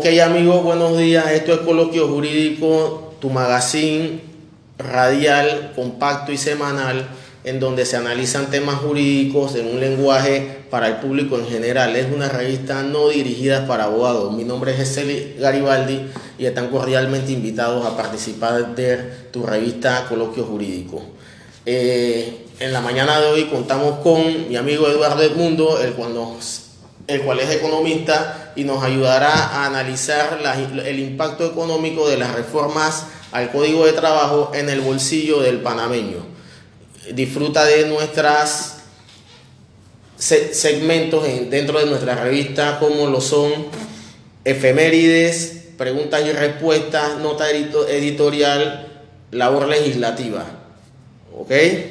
Ok, amigos, buenos días. Esto es Coloquio Jurídico, tu magazine radial, compacto y semanal, en donde se analizan temas jurídicos en un lenguaje para el público en general. Es una revista no dirigida para abogados. Mi nombre es Giseli Garibaldi y están cordialmente invitados a participar de tu revista Coloquio Jurídico. En la mañana de hoy contamos con mi amigo Eduardo Edmundo, el cual es economista y nos ayudará a analizar el impacto económico de las reformas al Código de Trabajo en el bolsillo del panameño. Disfruta de nuestros segmentos dentro de nuestra revista, como lo son efemérides, preguntas y respuestas, nota editorial, labor legislativa. ¿Ok?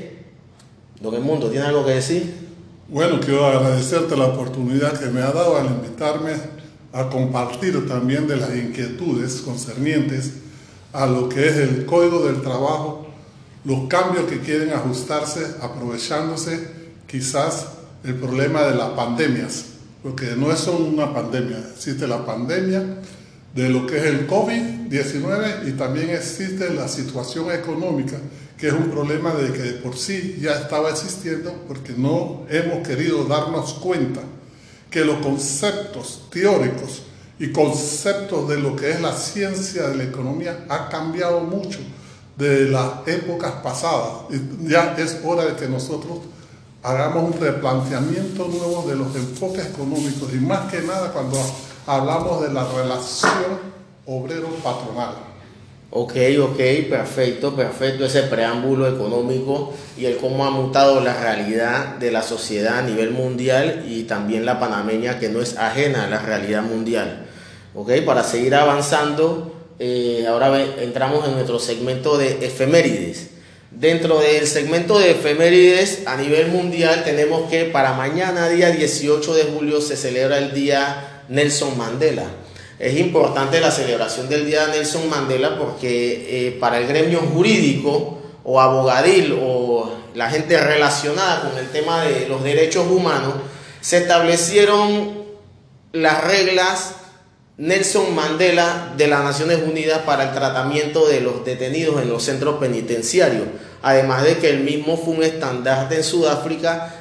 Don Edmundo, ¿tiene algo que decir? Bueno, quiero agradecerte la oportunidad que me ha dado al invitarme a compartir también de las inquietudes concernientes a lo que es el Código del Trabajo, los cambios que quieren ajustarse aprovechándose quizás el problema de las pandemias, porque no es solo una pandemia, existe la pandemia de lo que es el COVID-19 y también existe la situación económica, que es un problema de que de por sí ya estaba existiendo porque no hemos querido darnos cuenta que los conceptos teóricos y conceptos de lo que es la ciencia de la economía ha cambiado mucho de las épocas pasadas. Y ya es hora de que nosotros hagamos un replanteamiento nuevo de los enfoques económicos y más que nada cuando hablamos de la relación obrero-patronal. Ok, perfecto, ese preámbulo económico y el cómo ha mutado la realidad de la sociedad a nivel mundial y también la panameña, que no es ajena a la realidad mundial. Ok, para seguir avanzando, ahora entramos en nuestro segmento de efemérides. Dentro del segmento de efemérides a nivel mundial tenemos que para mañana, día 18 de julio, se celebra el Día Nelson Mandela. Es importante la celebración del Día de Nelson Mandela porque para el gremio jurídico o abogadil o la gente relacionada con el tema de los derechos humanos, se establecieron las reglas Nelson Mandela de las Naciones Unidas para el tratamiento de los detenidos en los centros penitenciarios. Además de que el mismo fue un estandarte en Sudáfrica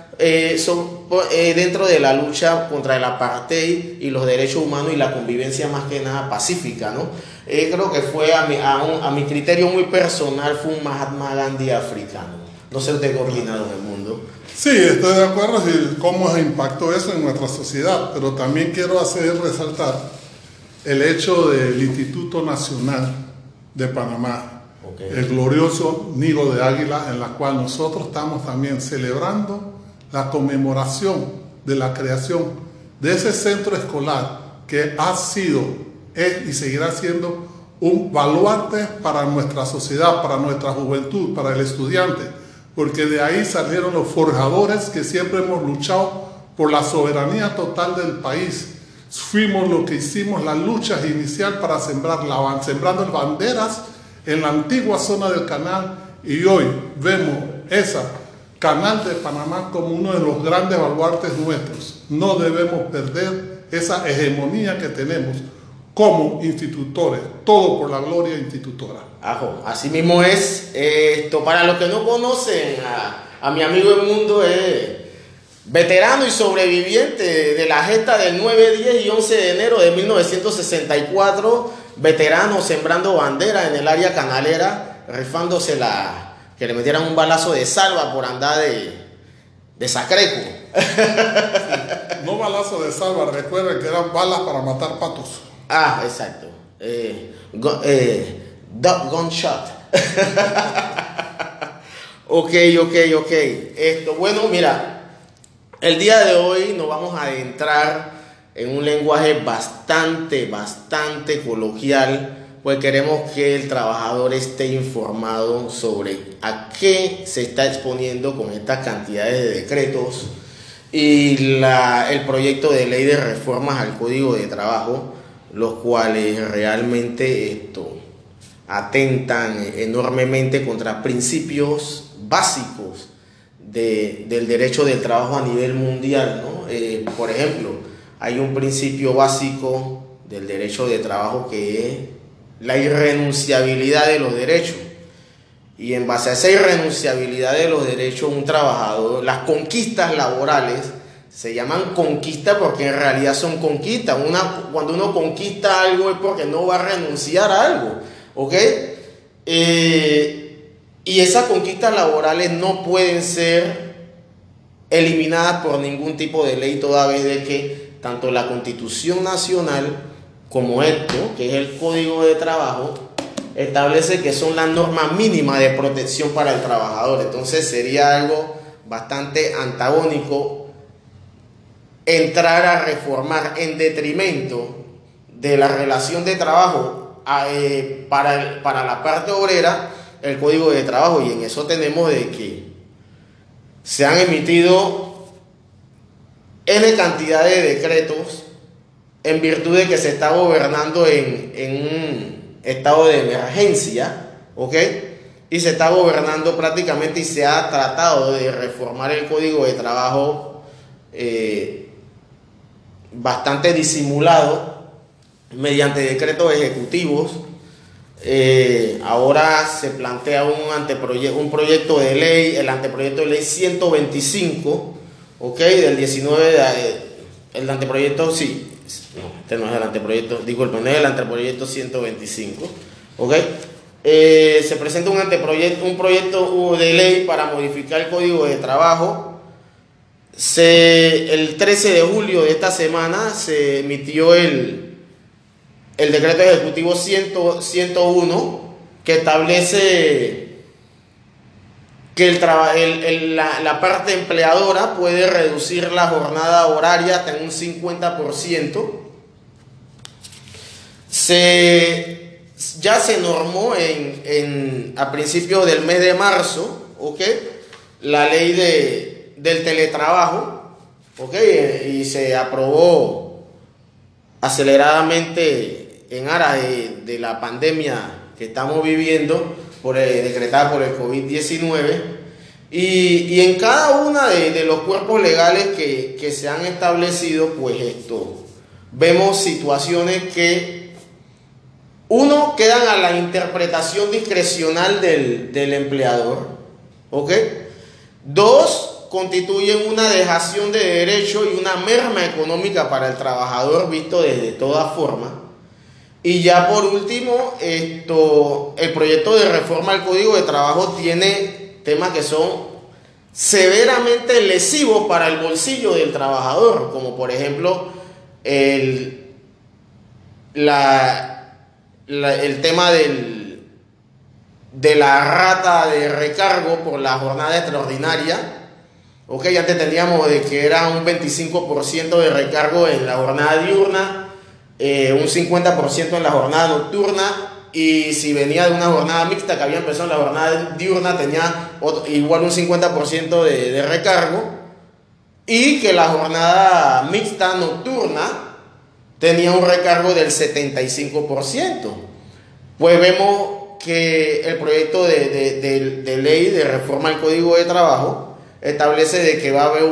dentro de la lucha contra el apartheid y los derechos humanos y la convivencia más que nada pacífica, ¿no? Creo que fue a mi criterio muy personal, fue un Mahatma Gandhi africano. No sé usted qué opina, don Edmundo. Sí, estoy de acuerdo en cómo impactó eso en nuestra sociedad, pero también quiero resaltar el hecho del Instituto Nacional de Panamá, el glorioso Nido de Águila, en la cual nosotros estamos también celebrando la conmemoración de la creación de ese centro escolar que ha sido, es y seguirá siendo un baluarte para nuestra sociedad, para nuestra juventud, para el estudiante, porque de ahí salieron los forjadores que siempre hemos luchado por la soberanía total del país. Fuimos lo que hicimos la lucha inicial para sembrando banderas en la antigua zona del canal, y hoy vemos esa Canal de Panamá como uno de los grandes baluartes nuestros. No debemos perder esa hegemonía que tenemos como institutores, todo por la gloria institutora. Así mismo es. Esto, para los que no conocen a mi amigo Edmundo, es veterano y sobreviviente de la gesta del 9, 10 y 11 de enero de 1964, veterano sembrando bandera en el área canalera, rifándose que le metieran un balazo de salva por andar de sacreco. No balazo de salva, recuerden que eran balas para matar patos. Exacto. Gunshot. Ok. Bueno, mira, el día de hoy nos vamos a adentrar en un lenguaje bastante coloquial, pues queremos que el trabajador esté informado sobre a qué se está exponiendo con estas cantidades de decretos y el proyecto de ley de reformas al Código de Trabajo, los cuales realmente atentan enormemente contra principios básicos del derecho del trabajo a nivel mundial, ¿no? Por ejemplo, hay un principio básico del derecho de trabajo, que es la irrenunciabilidad de los derechos. Y en base a esa irrenunciabilidad de los derechos, un trabajador, las conquistas laborales se llaman conquistas porque en realidad son conquistas. Cuando uno conquista algo es porque no va a renunciar a algo, ¿ok? Y esas conquistas laborales no pueden ser eliminadas por ningún tipo de ley, toda vez de que tanto la Constitución Nacional como esto, que es el Código de Trabajo, establece que son las normas mínimas de protección para el trabajador. Entonces sería algo bastante antagónico entrar a reformar en detrimento de la relación de trabajo para la parte obrera el Código de Trabajo, y en eso tenemos de que se han emitido N cantidad de decretos en virtud de que se está gobernando en un estado de emergencia, ¿ok? Y se está gobernando prácticamente, y se ha tratado de reformar el Código de Trabajo bastante disimulado mediante decretos ejecutivos. Ahora se plantea un proyecto de ley, el anteproyecto de ley 125, ¿ok? Del 19 el anteproyecto, sí, no, este no es el anteproyecto, disculpen, es el anteproyecto 125, ¿ok? Se presenta un proyecto de ley para modificar el Código de Trabajo. El 13 de julio de esta semana se emitió el decreto ejecutivo 101, que establece que la parte empleadora puede reducir la jornada horaria hasta en un 50%. Ya se normó a principios del mes de marzo, ¿ok?, la ley del teletrabajo, ¿ok?, y se aprobó aceleradamente en aras de la pandemia que estamos viviendo, decretada por el COVID-19, y en cada uno de los cuerpos legales que se han establecido, pues vemos situaciones que, uno, quedan a la interpretación discrecional del empleador, ¿ok? Dos, constituyen una dejación de derecho y una merma económica para el trabajador visto desde todas formas. Y ya por último, el proyecto de reforma al Código de Trabajo tiene temas que son severamente lesivos para el bolsillo del trabajador, como por ejemplo el tema de la rata de recargo por la jornada extraordinaria. Ok, antes teníamos de que era un 25% de recargo en la jornada diurna, un 50% en la jornada nocturna, y si venía de una jornada mixta que había empezado en la jornada diurna, tenía igual un 50% de recargo, y que la jornada mixta nocturna tenía un recargo del 75%. Pues vemos que el proyecto de ley de reforma al Código de Trabajo establece de que va a haber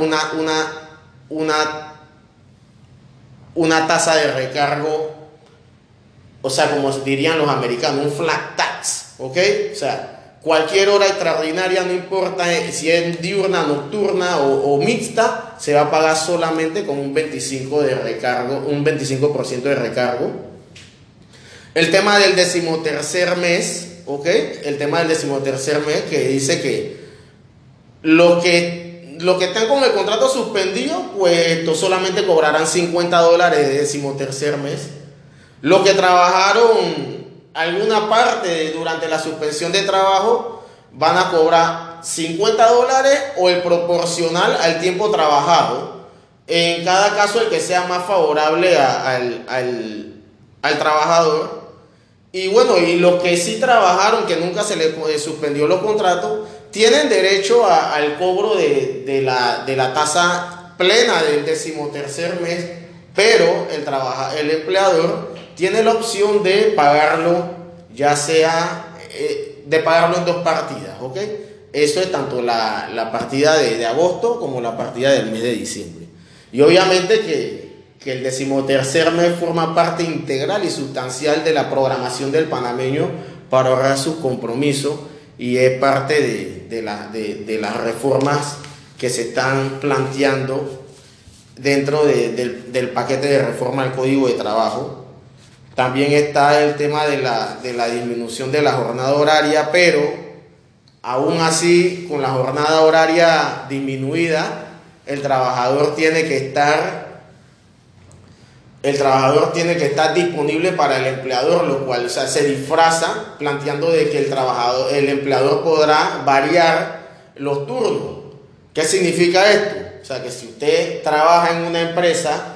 una tasa de recargo, o sea, como dirían los americanos, un flat tax, ¿ok? O sea, cualquier hora extraordinaria, no importa si es diurna, nocturna o mixta, se va a pagar solamente con un 25% de recargo, un 25% de recargo. El tema del 13º mes, ¿ok? El tema del 13º mes, que dice que los que están con el contrato suspendido, pues solamente cobrarán $50 de 13º mes. Los que trabajaron alguna parte durante la suspensión de trabajo van a cobrar $50 o el proporcional al tiempo trabajado. En cada caso, el que sea más favorable al trabajador. Y bueno, y los que sí trabajaron, que nunca se les suspendió los contratos, tienen derecho al cobro de la tasa plena del 13º mes, pero el empleador tiene la opción de pagarlo, ya sea de pagarlo en dos partidas, ¿ok? Eso es tanto la partida de agosto como la partida del mes de diciembre. Y obviamente que que el 13º mes forma parte integral y sustancial de la programación del panameño para ahorrar sus compromisos y es parte de las reformas que se están planteando dentro del paquete de reforma al Código de Trabajo. También está el tema de la disminución de la jornada horaria, pero aún así, con la jornada horaria disminuida, el trabajador tiene que estar disponible para el empleador, lo cual, o sea, se disfraza planteando de que el empleador podrá variar los turnos. ¿Qué significa esto? O sea, que si usted trabaja en una empresa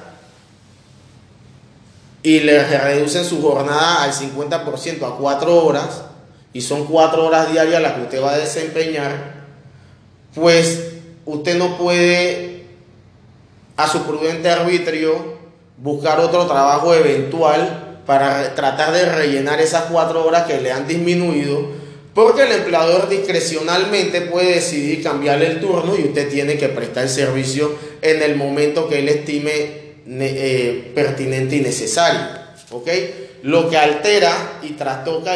y le reducen su jornada al 50% a 4 horas, y son 4 horas diarias las que usted va a desempeñar, pues usted no puede, a su prudente arbitrio, buscar otro trabajo eventual para tratar de rellenar esas 4 horas que le han disminuido, porque el empleador discrecionalmente puede decidir cambiarle el turno y usted tiene que prestar el servicio en el momento que él estime pertinente y necesario, ¿ok? Lo que altera y trastoca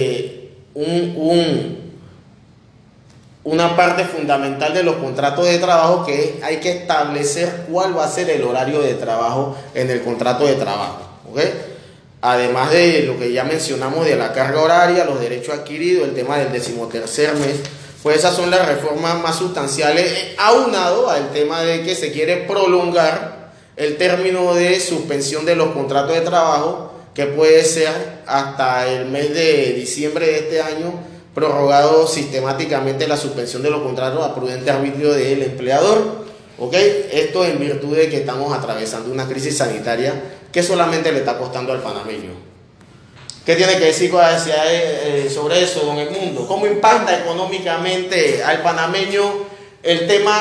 una parte fundamental de los contratos de trabajo, que hay que establecer cuál va a ser el horario de trabajo en el contrato de trabajo, ¿ok? Además de lo que ya mencionamos de la carga horaria, los derechos adquiridos, el tema del 13º mes, pues esas son las reformas más sustanciales, aunado al tema de que se quiere prolongar el término de suspensión de los contratos de trabajo, que puede ser hasta el mes de diciembre de este año, prorrogado sistemáticamente la suspensión de los contratos a prudente arbitrio del empleador, ¿ok? Esto en virtud de que estamos atravesando una crisis sanitaria que solamente le está costando al panameño. ¿Qué tiene que decir sobre eso, don Edmundo? ¿Cómo impacta económicamente al panameño el tema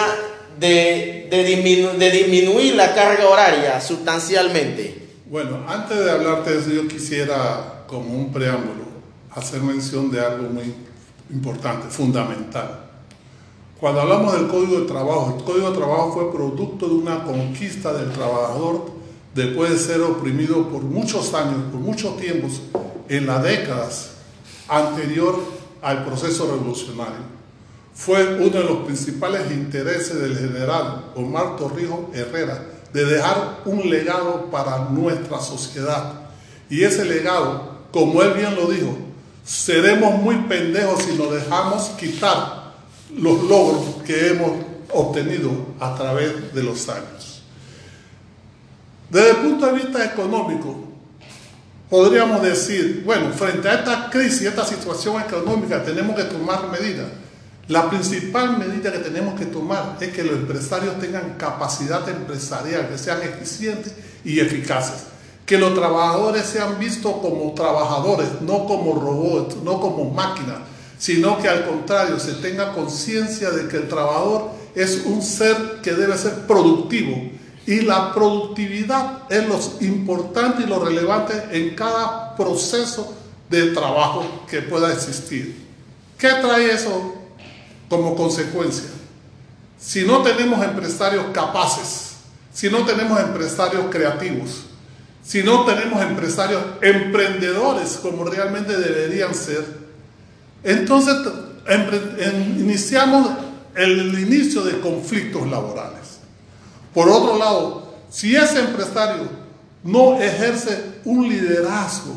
de disminuir la carga horaria sustancialmente? Bueno, antes de hablarte de eso, yo quisiera, como un preámbulo, hacer mención de algo muy importante, fundamental. Cuando hablamos del Código de Trabajo, el Código de Trabajo fue producto de una conquista del trabajador después de ser oprimido por muchos años, por muchos tiempos, en las décadas anterior al proceso revolucionario. Fue uno de los principales intereses del general Omar Torrijos Herrera de dejar un legado para nuestra sociedad. Y ese legado, como él bien lo dijo, seremos muy pendejos si nos dejamos quitar los logros que hemos obtenido a través de los años. Desde el punto de vista económico, podríamos decir, bueno, frente a esta crisis, esta situación económica, tenemos que tomar medidas. La principal medida que tenemos que tomar es que los empresarios tengan capacidad empresarial, que sean eficientes y eficaces. Que los trabajadores sean vistos como trabajadores, no como robots, no como máquinas, sino que al contrario se tenga conciencia de que el trabajador es un ser que debe ser productivo, y la productividad es lo importante y lo relevante en cada proceso de trabajo que pueda existir. ¿Qué trae eso como consecuencia? Si no tenemos empresarios capaces, si no tenemos empresarios creativos, si no tenemos empresarios emprendedores como realmente deberían ser, entonces iniciamos el inicio de conflictos laborales. Por otro lado, si ese empresario no ejerce un liderazgo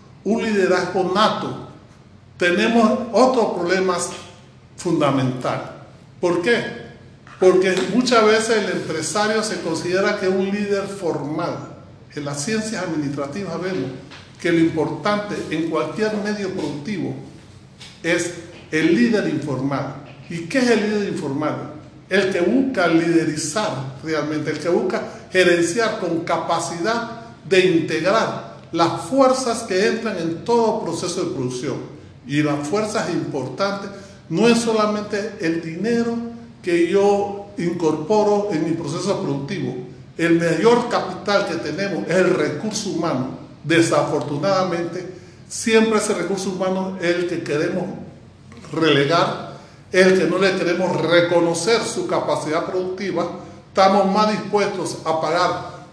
nato, tenemos otros problemas fundamentales. ¿Por qué? Porque muchas veces el empresario se considera que es un líder formal. En las ciencias administrativas vemos que lo importante en cualquier medio productivo es el líder informal. ¿Y qué es el líder informal? El que busca liderizar realmente, el que busca gerenciar con capacidad de integrar las fuerzas que entran en todo proceso de producción. Y las fuerzas importantes no es solamente el dinero que yo incorporo en mi proceso productivo. El mayor capital que tenemos es el recurso humano. Desafortunadamente, siempre ese recurso humano es el que queremos relegar, el que no le queremos reconocer su capacidad productiva. Estamos más dispuestos a pagar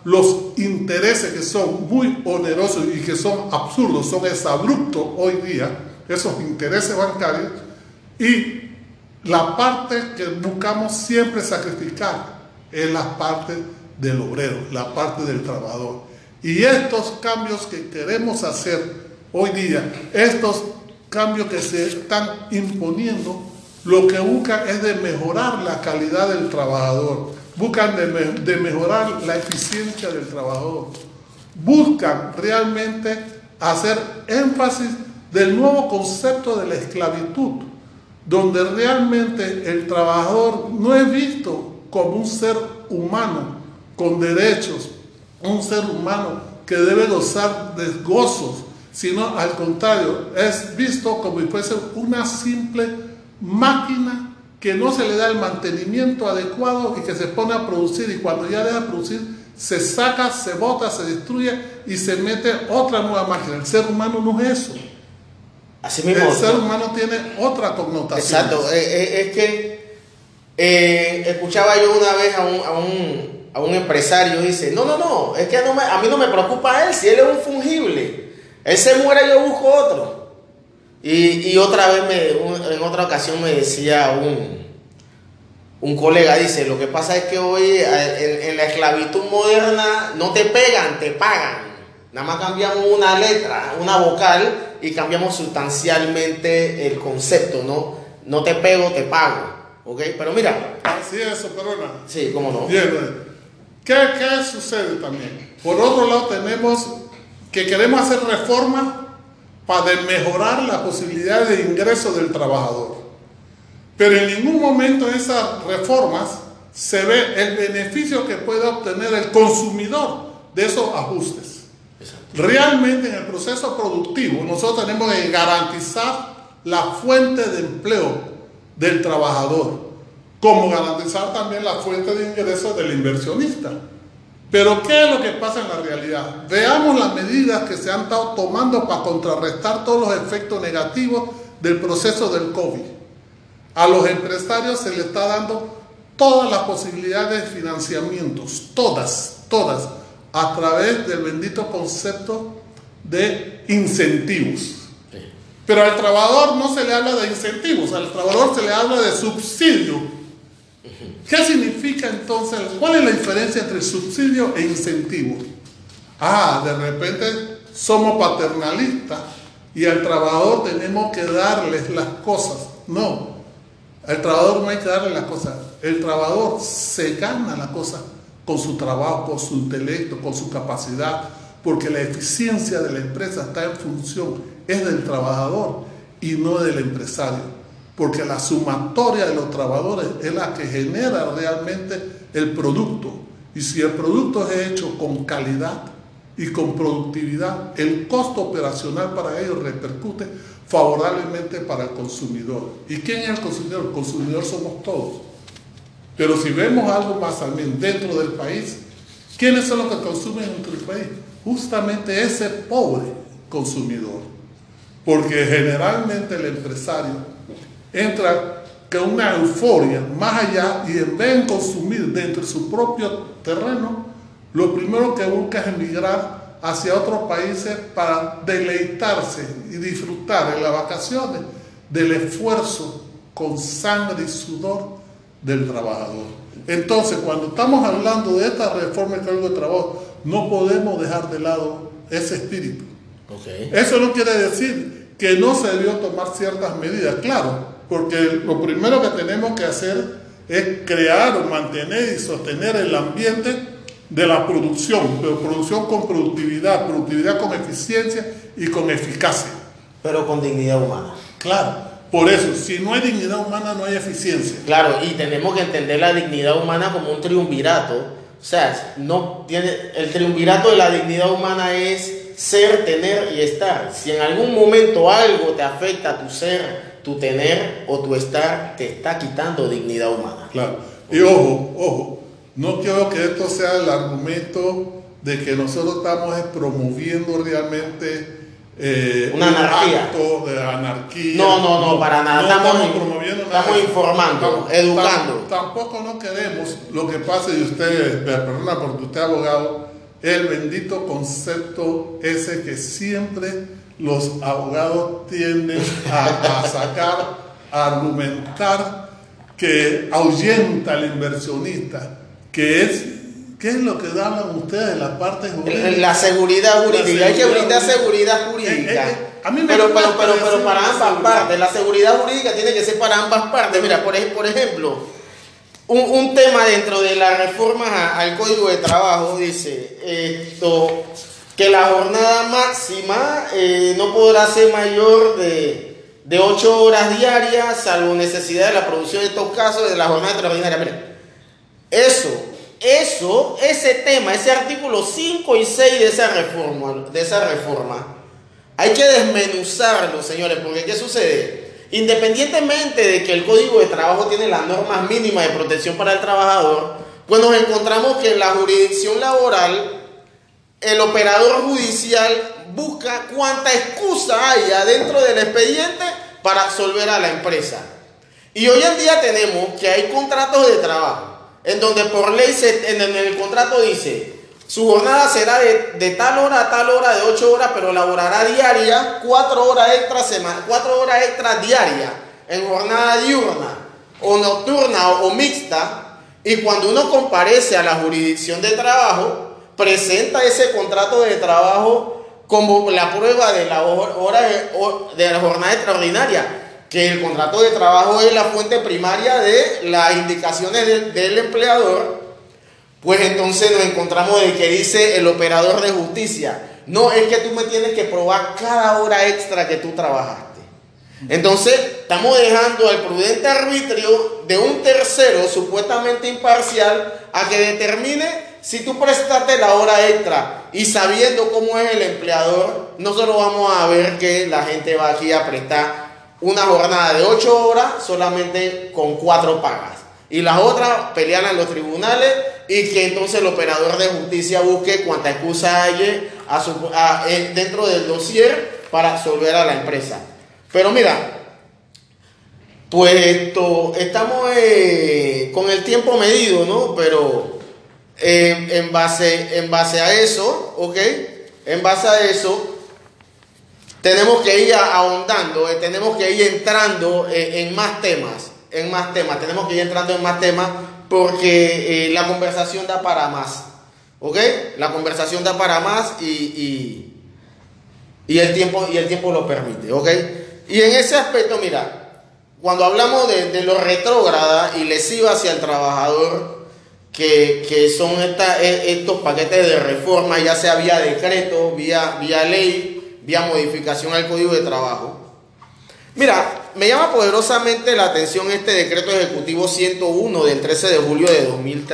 los intereses que son muy onerosos y que son absurdos, son exabruptos hoy día, esos intereses bancarios, y la parte que buscamos siempre sacrificar es la parte del obrero, la parte del trabajador. Y estos cambios que queremos hacer hoy día, estos cambios que se están imponiendo, lo que buscan es de mejorar la calidad del trabajador, buscan de mejorar la eficiencia del trabajador, buscan realmente hacer énfasis del nuevo concepto de la esclavitud, donde realmente el trabajador no es visto como un ser humano con derechos, un ser humano que debe gozar de gozos, sino al contrario, es visto como si fuese una simple máquina que no se le da el mantenimiento adecuado y que se pone a producir, y cuando ya deja de producir se saca, se bota, se destruye y se mete otra nueva máquina. El ser humano no es eso. Así mismo, el ser humano tiene otra connotación. Exacto, es que escuchaba yo una vez a un empresario, dice, no, es que a mí no me preocupa él, si él es un fungible, él se muere, yo busco otro. Y otra vez, en otra ocasión me decía un colega, dice, lo que pasa es que hoy en la esclavitud moderna no te pegan, te pagan. Nada más cambiamos una letra, una vocal, y cambiamos sustancialmente el concepto, ¿no? No te pego, te pago, ¿ok? Pero mira. Sí, eso, perdona. Sí, cómo no. Bien, ¿qué sucede también? Por otro lado, tenemos que queremos hacer reformas para mejorar la posibilidad de ingreso del trabajador. Pero en ningún momento en esas reformas se ve el beneficio que puede obtener el consumidor de esos ajustes. Realmente en el proceso productivo nosotros tenemos que garantizar la fuente de empleo del trabajador, como garantizar también la fuente de ingresos del inversionista. Pero ¿qué es lo que pasa en la realidad? Veamos las medidas que se han estado tomando para contrarrestar todos los efectos negativos del proceso del COVID. A los empresarios se les está dando todas las posibilidades de financiamientos, todas, a través del bendito concepto de incentivos. Sí. Pero al trabajador no se le habla de incentivos, al trabajador se le habla de subsidio. ¿Qué significa entonces? ¿Cuál es la diferencia entre subsidio e incentivo? De repente somos paternalistas y al trabajador tenemos que darles las cosas. No, al trabajador no hay que darle las cosas. El trabajador se gana las cosas con su trabajo, con su intelecto, con su capacidad, porque la eficiencia de la empresa está en función, es del trabajador y no del empresario. Porque la sumatoria de los trabajadores es la que genera realmente el producto. Y si el producto es hecho con calidad y con productividad, el costo operacional para ellos repercute favorablemente para el consumidor. ¿Y quién es el consumidor? El consumidor somos todos. Pero si vemos algo más también dentro del país, ¿quiénes son los que consumen dentro del país? Justamente ese pobre consumidor. Porque generalmente el empresario entra con una euforia más allá y en vez de consumir dentro de su propio terreno, lo primero que busca es emigrar hacia otros países para deleitarse y disfrutar en las vacaciones del esfuerzo con sangre y sudor del trabajador. Entonces, cuando estamos hablando de esta reforma del Código de Trabajo, no podemos dejar de lado ese espíritu. Okay. Eso no quiere decir que no se debió tomar ciertas medidas, claro, porque lo primero que tenemos que hacer es crear o mantener y sostener el ambiente de la producción, pero producción con productividad con eficiencia y con eficacia. Pero con dignidad humana. Claro. Por eso, si no hay dignidad humana, no hay eficiencia. Claro, y tenemos que entender la dignidad humana como un triunvirato. O sea, el triunvirato de la dignidad humana es ser, tener y estar. Si en algún momento algo te afecta a tu ser, tu tener o tu estar, te está quitando dignidad humana. Claro. Y ojo, no quiero que esto sea el argumento de que nosotros estamos promoviendo realmente una anarquía. Acto de anarquía. No, para nada. Estamos informando, educando. Tampoco no queremos lo que pase, y usted, perdona, porque usted es abogado, el bendito concepto ese que siempre los abogados tienden a sacar, a argumentar, que ahuyenta al inversionista, que es, ¿qué es lo que dan ustedes la parte jurídica? La seguridad jurídica, hay que brindar seguridad jurídica. A mí me pero para ambas partes, la seguridad jurídica tiene que ser para ambas partes. Mira, por ejemplo, un tema dentro de la reforma al Código de Trabajo dice que la jornada máxima no podrá ser mayor de 8 horas diarias, salvo necesidad de la producción de estos casos de la jornada extraordinaria. Mira, ese tema, ese artículo 5 y 6 de esa reforma, hay que desmenuzarlo, señores, porque ¿qué sucede? Independientemente de que el Código de Trabajo tiene las normas mínimas de protección para el trabajador, pues nos encontramos que en la jurisdicción laboral el operador judicial busca cuánta excusa haya dentro del expediente para absolver a la empresa. Y hoy en día tenemos que hay contratos de trabajo en donde por ley en el contrato dice su jornada será de tal hora a tal hora, de 8 horas, pero laborará diaria 4 horas extra diarias en jornada diurna o nocturna o mixta. Y cuando uno comparece a la jurisdicción de trabajo, presenta ese contrato de trabajo como la prueba de la jornada extraordinaria, que el contrato de trabajo es la fuente primaria de las indicaciones del empleador. Pues entonces nos encontramos de que dice el operador de justicia: no, es que tú me tienes que probar cada hora extra que tú trabajaste. Entonces estamos dejando al prudente arbitrio de un tercero supuestamente imparcial a que determine si tú prestaste la hora extra. Y sabiendo cómo es el empleador, no solo vamos a ver que la gente va aquí a prestar una jornada de 8 horas solamente con 4 pagas, y las otras pelean en los tribunales, y que entonces el operador de justicia busque cuanta excusa haya dentro del dossier para absolver a la empresa. Pero mira, pues estamos con el tiempo medido, ¿no? Pero en base a eso, ¿ok? En base a eso, tenemos que ir ahondando, tenemos que ir entrando en más temas, tenemos que ir entrando en más temas, porque la conversación da para más, ¿ok? La conversación da para más y el tiempo lo permite, ¿ok? Y en ese aspecto, mira, cuando hablamos de lo retrógrada y lesiva hacia el trabajador, que son estos paquetes de reforma, ya sea vía decreto, vía ley, vía modificación al Código de Trabajo. Mira, me llama poderosamente la atención este decreto ejecutivo 101 del 13 de julio de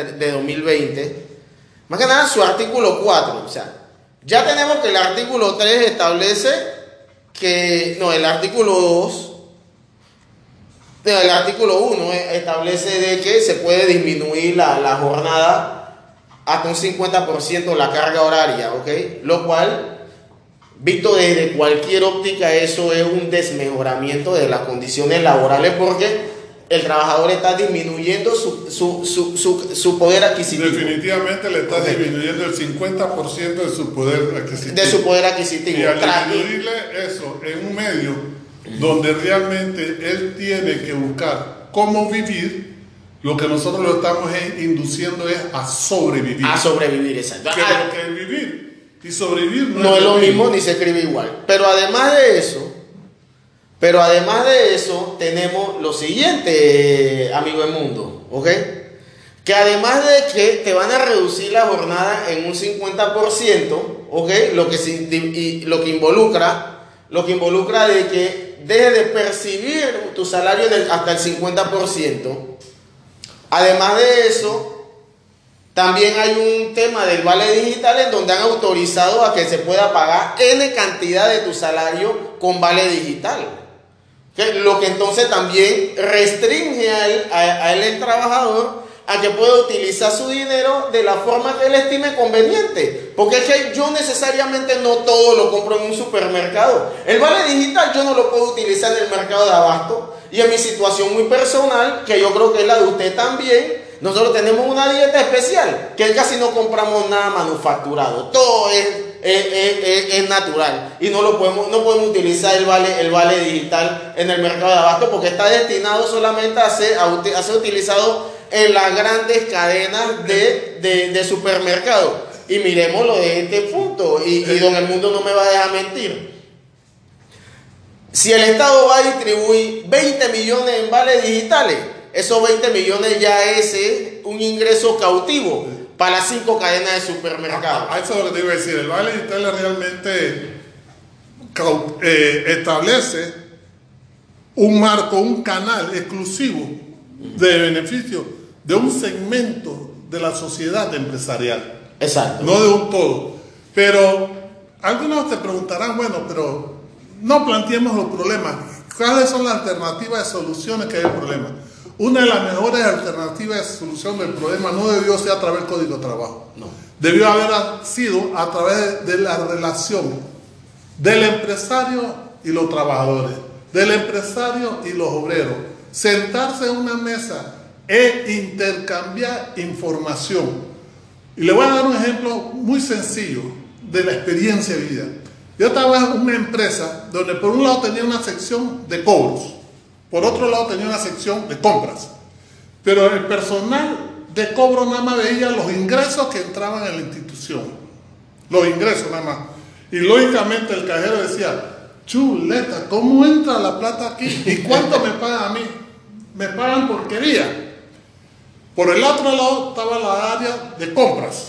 2020. Más que nada su artículo 4. O sea, ya tenemos que el artículo 3 establece que... No, el artículo 2... El artículo 1 establece de que se puede disminuir la jornada hasta un 50% la carga horaria, ¿ok? Lo cual... Visto desde cualquier óptica, eso es un desmejoramiento de las condiciones laborales, porque el trabajador está disminuyendo su poder adquisitivo. Definitivamente le está disminuyendo el 50% de su poder adquisitivo. De su poder adquisitivo. Y al disminuirle eso en un medio donde realmente él tiene que buscar cómo vivir, lo que nosotros lo estamos induciendo es a sobrevivir. A sobrevivir, exacto. Que vivir y sobrevivir no es lo mismo ni se escribe igual. Pero además de eso, tenemos lo siguiente, amigo del mundo, ¿ok? Que además de que te van a reducir la jornada en un 50%, ¿ok? Lo que involucra de que dejes de percibir tu salario hasta el 50%. Además de eso, también hay un tema del vale digital en donde han autorizado a que se pueda pagar N cantidad de tu salario con vale digital. Lo que entonces también restringe a él, el trabajador, a que pueda utilizar su dinero de la forma que él estime conveniente. Porque es que yo necesariamente no todo lo compro en un supermercado. El vale digital yo no lo puedo utilizar en el mercado de abasto. Y en mi situación muy personal, que yo creo que es la de usted también, Nosotros tenemos una dieta especial, que casi no compramos nada manufacturado, todo es natural y no podemos utilizar el vale digital en el mercado de abasto porque está destinado solamente a ser utilizado en las grandes cadenas de supermercados. Y miremoslo de este punto, y don Edmundo no me va a dejar mentir. Si el Estado va a distribuir 20 millones en vales digitales, esos 20 millones ya es un ingreso cautivo para las 5 cadenas de supermercados. Eso es lo que te iba a decir. El vale digital realmente establece un marco, un canal exclusivo de beneficio de un segmento de la sociedad empresarial. Exacto. No de un todo. Pero algunos te preguntarán, bueno, pero no planteemos los problemas. ¿Cuáles son las alternativas de soluciones que hay al problema? Una de las mejores alternativas de solución del problema no debió ser a través del Código de Trabajo. No. Debió haber sido a través de la relación del empresario y los trabajadores, del empresario y los obreros. Sentarse en una mesa e intercambiar información. Y le voy a dar un ejemplo muy sencillo de la experiencia de vida. Yo estaba en una empresa donde por un lado tenía una sección de cobros, por otro lado tenía una sección de compras. Pero el personal de cobro nada más veía los ingresos que entraban en la institución. Los ingresos nada más. Y lógicamente el cajero decía, chuleta, ¿cómo entra la plata aquí? ¿Y cuánto me pagan a mí? Me pagan porquería. Por el otro lado estaba la área de compras.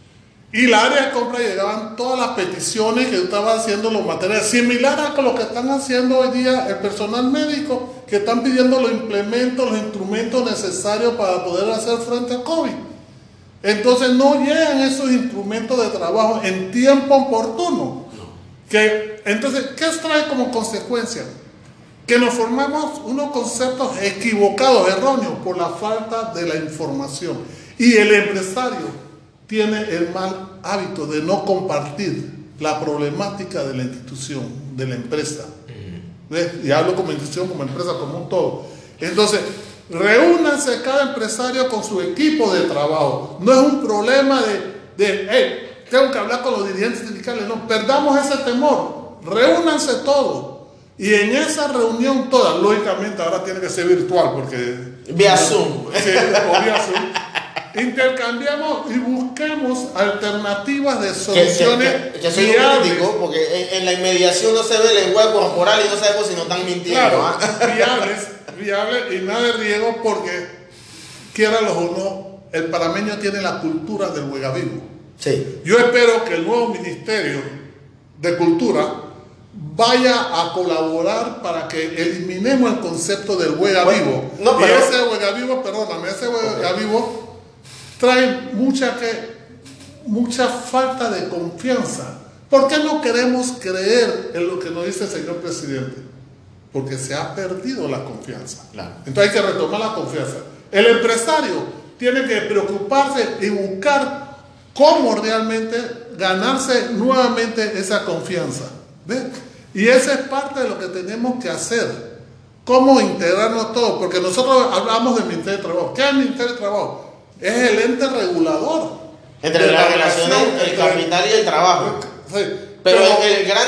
Y la área de compras llegaban todas las peticiones que estaban haciendo los materiales, similares a lo que están haciendo hoy día el personal médico, que están pidiendo los implementos, los instrumentos necesarios para poder hacer frente al COVID. Entonces no llegan esos instrumentos de trabajo en tiempo oportuno. Entonces, ¿qué trae como consecuencia? Que nos formamos unos conceptos equivocados, erróneos, por la falta de la información. Y el empresario tiene el mal hábito de no compartir la problemática de la institución, de la empresa. ¿Ves? Y hablo como institución, como empresa, como un todo. Entonces, reúnanse cada empresario con su equipo de trabajo. No es un problema hey, tengo que hablar con los dirigentes sindicales. No, perdamos ese temor. Reúnanse todos. Y en esa reunión toda, lógicamente ahora tiene que ser virtual porque... Vía Zoom. Sí, o vía Zoom. Intercambiamos y buscamos alternativas de soluciones que soy un crítico, porque en la inmediación no se ve el lenguaje corporal y no sabemos si nos están mintiendo. Claro, viables y nada de riesgo porque, quiéralo o no, el panameño tiene la cultura del juega vivo. Sí. Yo espero que el nuevo Ministerio de Cultura vaya a colaborar para que eliminemos el concepto del juega vivo. No, pero... Y ese juega vivo, perdóname, ese juega vivo trae mucha falta de confianza. ¿Por qué no queremos creer en lo que nos dice el señor presidente? Porque se ha perdido la confianza. Claro. Entonces hay que retomar la confianza. El empresario tiene que preocuparse y buscar cómo realmente ganarse nuevamente esa confianza. ¿Ves? Y esa es parte de lo que tenemos que hacer. Cómo integrarnos todos. Porque nosotros hablamos del Ministerio de Trabajo. ¿Qué es el Ministerio de Trabajo? Es el ente regulador entre la relación entre el capital y el trabajo. Sí, pero el gran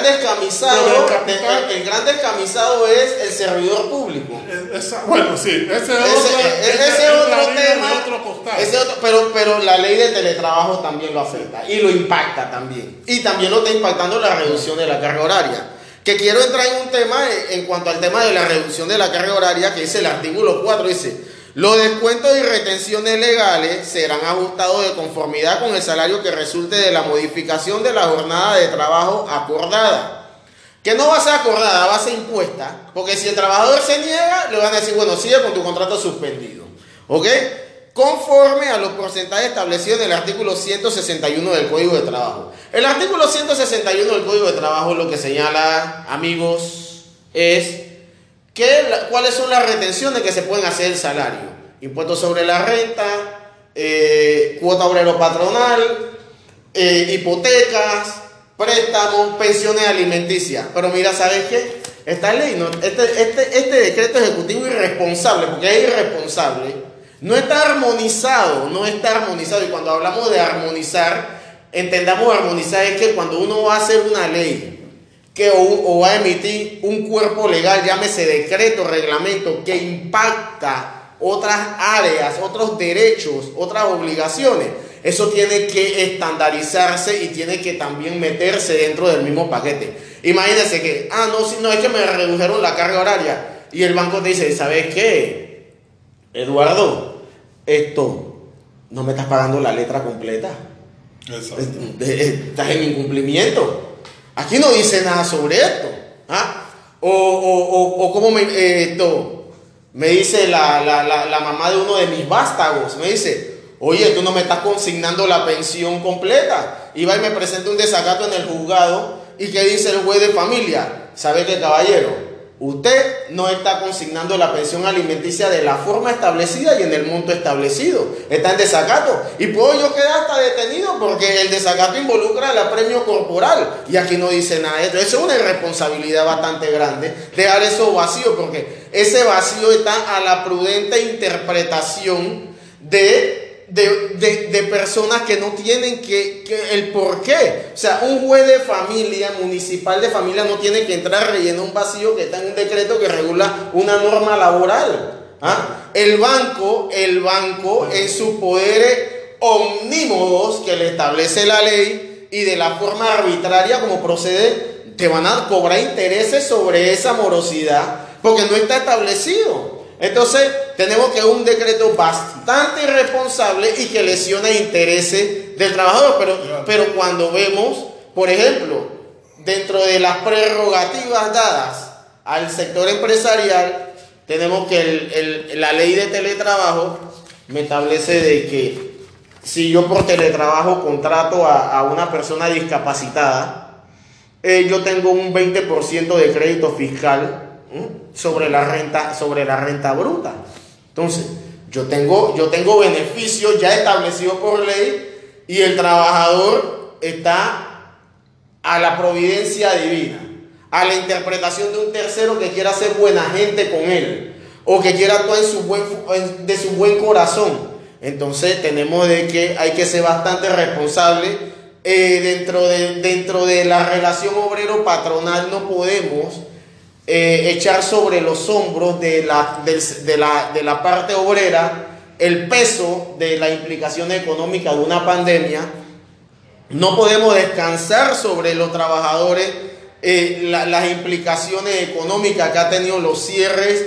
descamisado es el servidor público. Bueno, sí, ese es otro tema. Pero la ley de teletrabajo también lo afecta y lo impacta también. Y también lo está impactando la reducción de la carga horaria. Que quiero entrar en un tema en cuanto al tema de la reducción de la carga horaria, que dice el artículo 4, dice: los descuentos y retenciones legales serán ajustados de conformidad con el salario que resulte de la modificación de la jornada de trabajo acordada. Que no va a ser acordada, va a ser impuesta, porque si el trabajador se niega, le van a decir, bueno, sigue con tu contrato suspendido. ¿Ok? Conforme a los porcentajes establecidos en el artículo 161 del Código de Trabajo. El artículo 161 del Código de Trabajo lo que señala, amigos, es cuáles son las retenciones que se pueden hacer del salario. Impuestos sobre la renta, cuota obrero patronal, hipotecas, préstamos, pensiones alimenticias. Pero mira, ¿sabes qué? Esta ley, este decreto ejecutivo irresponsable, porque es irresponsable, no está armonizado, y cuando hablamos de armonizar, entendamos armonizar es que cuando uno va a hacer una ley o va a emitir un cuerpo legal, llámese decreto, reglamento, que impacta otras áreas, otros derechos, otras obligaciones, eso tiene que estandarizarse y tiene que también meterse dentro del mismo paquete. Imagínense que, no, es que me redujeron la carga horaria y el banco te dice, ¿sabes qué, Eduardo? Esto, no me estás pagando la letra completa. Exacto. Estás en incumplimiento. Aquí no dice nada sobre esto. O como me dice la mamá de uno de mis vástagos, me dice, oye, tú no me estás consignando la pensión completa. Y va y me presenta un desacato en el juzgado. ¿Y qué dice el juez de familia? ¿Sabe qué, caballero? Usted no está consignando la pensión alimenticia de la forma establecida y en el monto establecido. Está en desacato. Y puedo yo quedar hasta detenido porque el desacato involucra el apremio corporal. Y aquí no dice nada de esto. Eso es una irresponsabilidad bastante grande. Dejar eso vacío, porque ese vacío está a la prudente interpretación de personas que no tienen el por qué. O sea, un juez de familia, municipal de familia, no tiene que entrar a rellenar un vacío que está en un decreto que regula una norma laboral. El banco en sus poderes omnímodos que le establece la ley y de la forma arbitraria como procede, te van a cobrar intereses sobre esa morosidad porque no está establecido. Entonces, tenemos que un decreto bastante irresponsable y que lesiona intereses del trabajador. Pero cuando vemos, por ejemplo, dentro de las prerrogativas dadas al sector empresarial, tenemos que la ley de teletrabajo me establece de que si yo por teletrabajo contrato a una persona discapacitada, yo tengo un 20% de crédito fiscal sobre la renta bruta. Entonces, yo tengo beneficios ya establecidos por ley y el trabajador está a la providencia divina, a la interpretación de un tercero que quiera ser buena gente con él o que quiera actuar de su buen corazón. Entonces, tenemos de que hay que ser bastante responsable dentro de la relación obrero-patronal. No podemos echar sobre los hombros de la parte obrera el peso de la implicación económica de una pandemia. No podemos descansar sobre los trabajadores las implicaciones económicas que ha tenido los cierres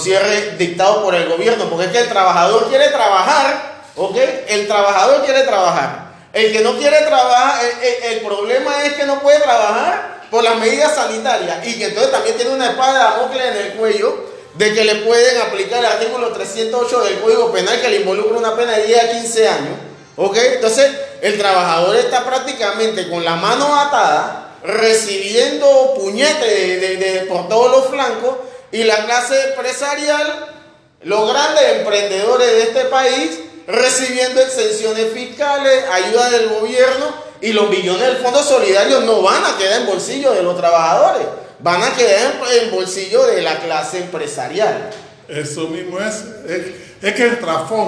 dictados por el gobierno, porque es que el trabajador quiere trabajar, ¿ok? El trabajador quiere trabajar. El que no quiere trabajar, el problema es que no puede trabajar por las medidas sanitarias y que entonces también tiene una espada de Damocles en el cuello de que le pueden aplicar el artículo 308 del Código Penal que le involucra una pena de 10 a 15 años. ¿Ok? Entonces el trabajador está prácticamente con la mano atada, recibiendo puñetes por todos los flancos, y la clase empresarial, los grandes emprendedores de este país, recibiendo exenciones fiscales, ayuda del gobierno. Y los billones del Fondo Solidario no van a quedar en bolsillo de los trabajadores, van a quedar en bolsillo de la clase empresarial. Eso mismo es que el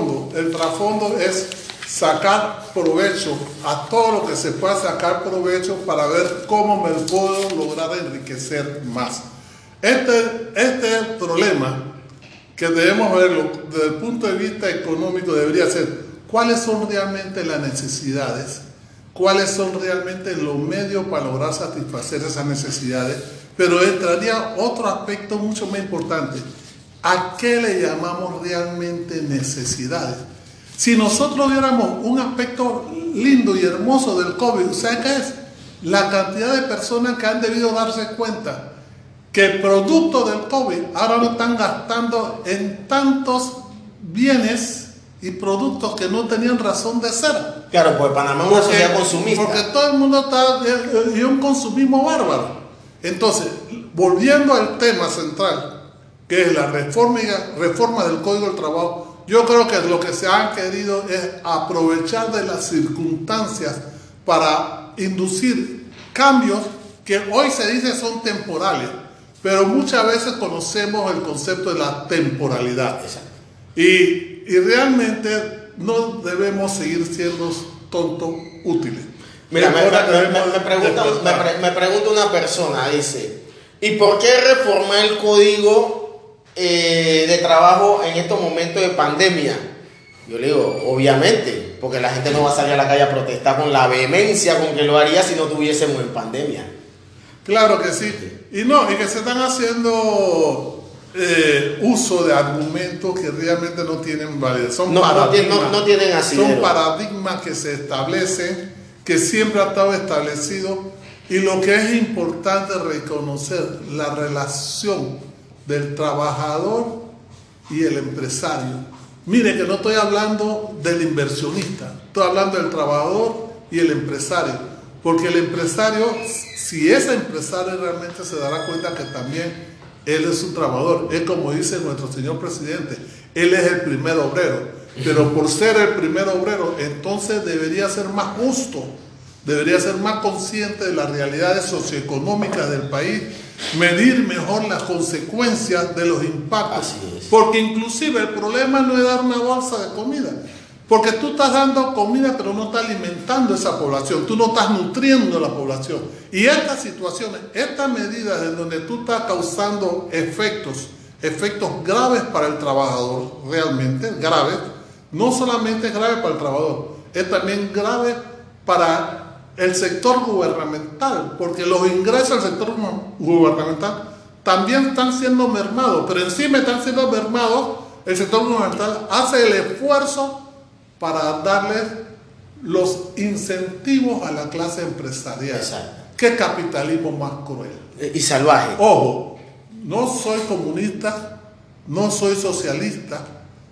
trasfondo es sacar provecho a todo lo que se pueda sacar provecho para ver cómo me puedo lograr enriquecer más. Este es el problema que debemos verlo desde el punto de vista económico. Debería ser cuáles son realmente las necesidades, cuáles son realmente los medios para lograr satisfacer esas necesidades, pero entraría otro aspecto mucho más importante. ¿A qué le llamamos realmente necesidades? Si nosotros viéramos un aspecto lindo y hermoso del COVID, ¿saben qué es? La cantidad de personas que han debido darse cuenta que producto del COVID ahora lo están gastando en tantos bienes y productos que no tenían razón de ser. Claro, pues Panamá es una sociedad consumista. Porque todo el mundo está en un consumismo bárbaro. Entonces, volviendo al tema central, que es la reforma del Código del Trabajo, yo creo que lo que se han querido es aprovechar de las circunstancias para inducir cambios que hoy se dice son temporales, pero muchas veces conocemos el concepto de la temporalidad. Exacto. Y y realmente no debemos seguir siendo tontos útiles. Mira, me pregunta una persona, dice, ¿y por qué reformar el código de trabajo en estos momentos de pandemia? Yo le digo, obviamente, porque la gente no va a salir a la calle a protestar con la vehemencia con que lo haría si no tuviésemos en pandemia. Claro que sí. Y que se están haciendo uso de argumentos que realmente no tienen validez. No tienen asidero. Son paradigmas que se establecen, que siempre ha estado establecido, y lo que es importante reconocer la relación del trabajador y el empresario. Mire que no estoy hablando del inversionista, estoy hablando del trabajador y el empresario, porque el empresario, si ese empresario realmente se dará cuenta que también él es un trabajador, es como dice nuestro señor presidente, él es el primer obrero, pero por ser el primer obrero, entonces debería ser más justo, debería ser más consciente de las realidades socioeconómicas del país, medir mejor las consecuencias de los impactos, porque inclusive el problema no es dar una bolsa de comida, porque tú estás dando comida pero no estás alimentando a esa población, tú no estás nutriendo a la población, y estas situaciones, estas medidas en donde tú estás causando efectos graves para el trabajador, realmente graves, no solamente es grave para el trabajador, es también grave para el sector gubernamental, porque los ingresos del sector gubernamental también están siendo mermados, pero encima están siendo mermados, el sector gubernamental hace el esfuerzo para darles los incentivos a la clase empresarial. Exacto. ¿Qué capitalismo más cruel? Y salvaje. Ojo, no soy comunista, no soy socialista,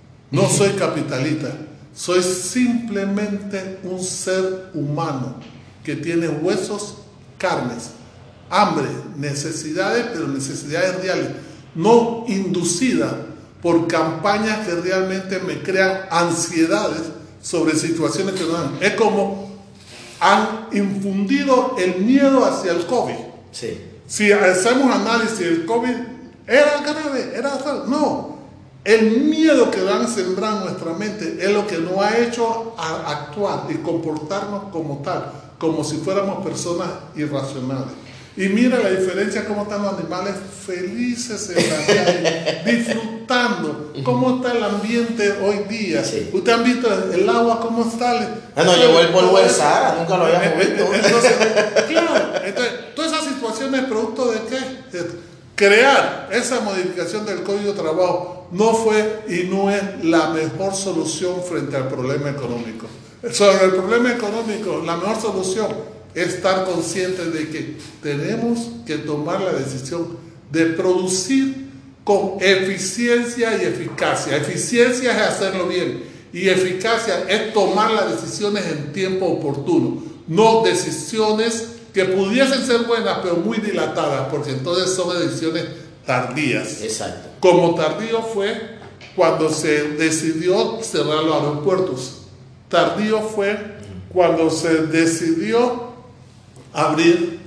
no soy capitalista, soy simplemente un ser humano que tiene huesos, carnes, hambre, necesidades, pero necesidades reales, no inducidas por campañas que realmente me crean ansiedades sobre situaciones que no dan. Es como han infundido el miedo hacia el COVID. Sí. Si hacemos análisis, el COVID era grave, no. El miedo que han sembrado en nuestra mente es lo que nos ha hecho actuar y comportarnos como tal, como si fuéramos personas irracionales. Y mira la diferencia, cómo están los animales felices en la calle, disfrutando, cómo está el ambiente hoy día. Sí. ¿Usted han visto el agua cómo está? No llegó el polvo del Sahara, nunca lo habíamos visto. Entonces, claro, todas esas situaciones producto de qué? Crear esa modificación del Código de Trabajo no fue y no es la mejor solución frente al problema económico. Sobre el problema económico, la mejor solución es estar conscientes de que tenemos que tomar la decisión de producir con eficiencia y eficacia. Eficiencia es hacerlo bien y eficacia es tomar las decisiones en tiempo oportuno, no decisiones que pudiesen ser buenas pero muy dilatadas, porque entonces son decisiones tardías. Exacto. Como tardío fue cuando se decidió cerrar los aeropuertos. Tardío fue cuando se decidió abrir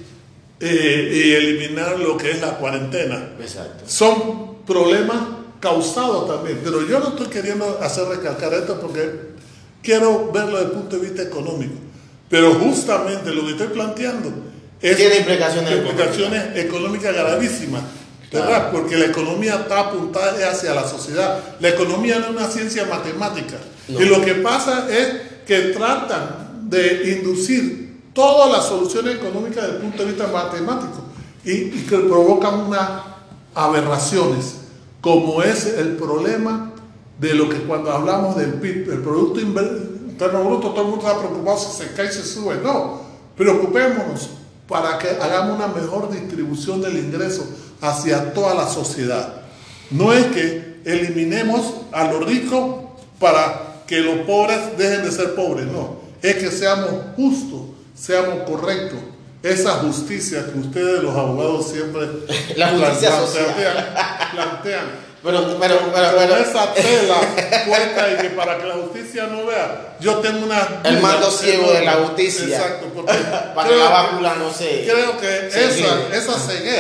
y eliminar lo que es la cuarentena. Exacto. Son problemas causados también, pero yo no estoy queriendo hacer recalcar esto porque quiero verlo desde el punto de vista económico, pero justamente lo que estoy planteando tiene implicaciones económicas gravísimas, ¿verdad? Claro. Porque la economía está apuntada hacia la sociedad. La economía no es una ciencia matemática, no. Y lo que pasa es que tratan de inducir todas las soluciones económicas desde el punto de vista matemático y que provocan unas aberraciones, como es el problema de lo que cuando hablamos del PIB, el Producto Interno Bruto, todo el mundo está preocupado si se cae y se sube. No, preocupémonos para que hagamos una mejor distribución del ingreso hacia toda la sociedad. No es que eliminemos a los ricos para que los pobres dejen de ser pobres, no, es que seamos justos, seamos correctos. Esa justicia que ustedes los abogados siempre la justicia plantean. Pero esa tela puesta y que para que la justicia no vea, yo tengo una el mando ciego de la justicia. Exacto, porque para que la bácula no se creo que esa ceguera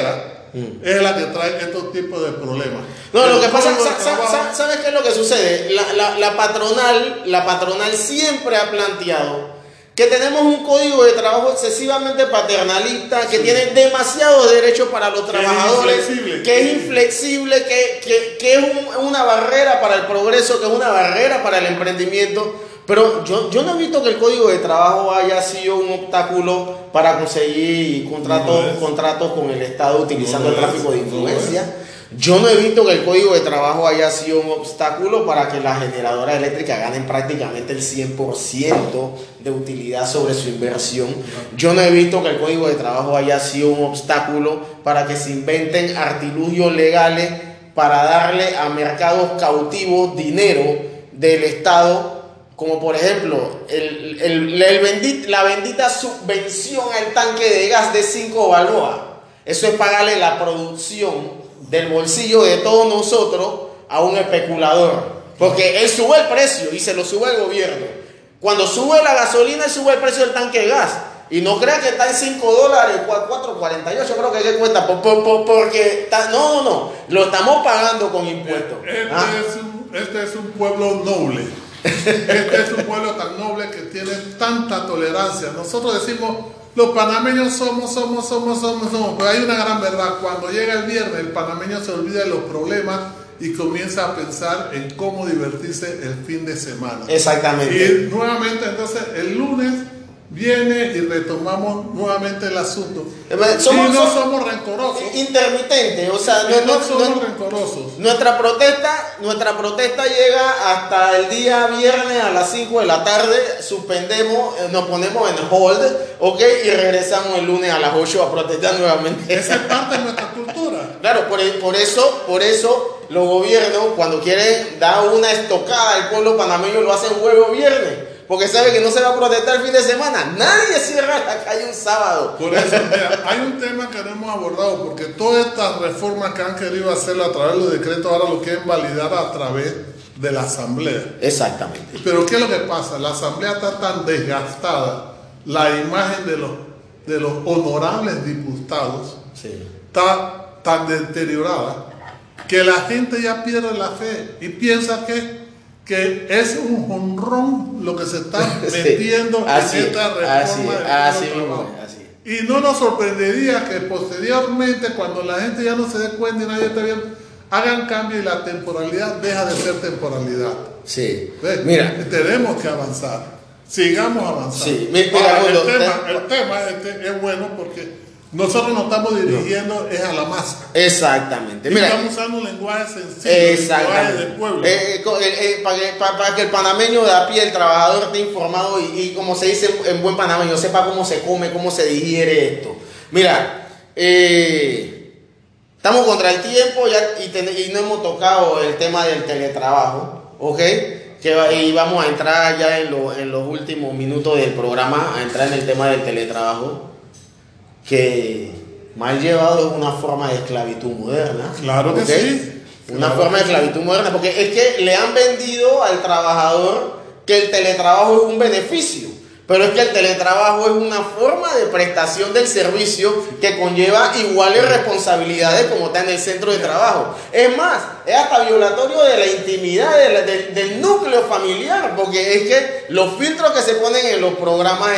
es la que trae estos tipos de problemas. No, lo que pasa, ¿sabes qué es lo que sucede? La patronal siempre ha planteado que tenemos un código de trabajo excesivamente paternalista, que tiene demasiados derechos para los trabajadores, que es inflexible, que es una barrera para el progreso, que es una barrera para el emprendimiento. Pero yo no he visto que el código de trabajo haya sido un obstáculo para conseguir contratos con el Estado utilizando el tráfico de influencia. Yo no he visto que el código de trabajo haya sido un obstáculo para que las generadoras eléctricas ganen prácticamente el 100% de utilidad sobre su inversión. Yo no he visto que el código de trabajo haya sido un obstáculo para que se inventen artilugios legales para darle a mercados cautivos dinero del Estado, como por ejemplo la bendita subvención al tanque de gas de 5 balboas. Eso es pagarle la producción del bolsillo de todos nosotros a un especulador, porque él sube el precio y se lo sube el gobierno. Cuando sube la gasolina, él sube el precio del tanque de gas, y no crean que está en $5, 4.48 creo que cuesta, porque no, lo estamos pagando con impuestos. Este es un pueblo noble. Este es un pueblo tan noble que tiene tanta tolerancia. Nosotros decimos, los panameños somos, pero hay una gran verdad. Cuando llega el viernes, el panameño se olvida de los problemas y comienza a pensar en cómo divertirse el fin de semana. Exactamente. Y nuevamente, entonces, el lunes viene y retomamos nuevamente el asunto. No somos rencorosos. Intermitentes, o sea, no somos rencorosos. Nuestra protesta llega hasta el día viernes a las 5 de la tarde, suspendemos, nos ponemos en hold, ¿ok? Y regresamos el lunes a las 8 a protestar nuevamente. Esa es parte de nuestra cultura. Claro, por eso los gobiernos, cuando quieren dar una estocada al pueblo panameño, lo hacen jueves o viernes, porque sabe que no se va a protestar el fin de semana. Nadie cierra la calle un sábado. Por eso, mira, hay un tema que no hemos abordado, porque todas estas reformas que han querido hacerlo a través de los decretos, ahora lo quieren validar a través de la Asamblea. Exactamente. Pero ¿qué es lo que pasa? La Asamblea está tan desgastada, la imagen de los honorables diputados está tan deteriorada, que la gente ya pierde la fe y piensa que es un jonrón lo que se está metiendo en esta reforma del trabajo. Y no nos sorprendería que posteriormente, cuando la gente ya no se dé cuenta y nadie está viendo, hagan cambio y la temporalidad deja de ser temporalidad. Sí. Mira, tenemos que avanzar. Sigamos avanzando. Sí. El tema es bueno porque nosotros nos estamos dirigiendo es a la masa. Exactamente. Y estamos usando un lenguaje sencillo, un lenguaje del pueblo. Para que el panameño de a pie, el trabajador, esté informado y como se dice en buen panameño, sepa cómo se come, cómo se digiere esto. Mira, estamos contra el tiempo y no hemos tocado el tema del teletrabajo, ¿ok? Y vamos a entrar ya en los últimos minutos del programa, a entrar en el tema del teletrabajo, que mal llevado es una forma de esclavitud moderna. Claro que sí. Una forma de esclavitud moderna, porque es que le han vendido al trabajador que el teletrabajo es un beneficio, pero es que el teletrabajo es una forma de prestación del servicio que conlleva iguales responsabilidades como está en el centro de trabajo. Es más, es hasta violatorio de la intimidad del núcleo familiar, porque es que los filtros que se ponen en los programas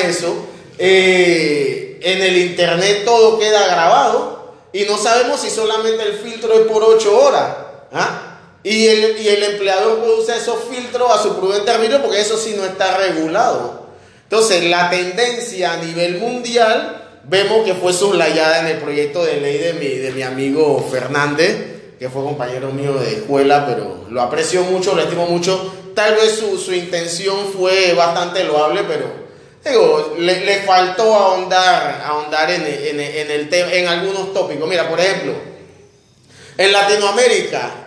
en el internet todo queda grabado y no sabemos si solamente el filtro es por 8 horas. Y el empleador puede usar esos filtros a su prudente arbitrio, porque eso sí no está regulado. Entonces, la tendencia a nivel mundial vemos que fue soslayada en el proyecto de ley de mi amigo Fernández, que fue compañero mío de escuela, pero lo aprecio mucho, lo estimo mucho. Tal vez su intención fue bastante loable, pero le faltó ahondar en algunos tópicos. Mira, por ejemplo, en Latinoamérica,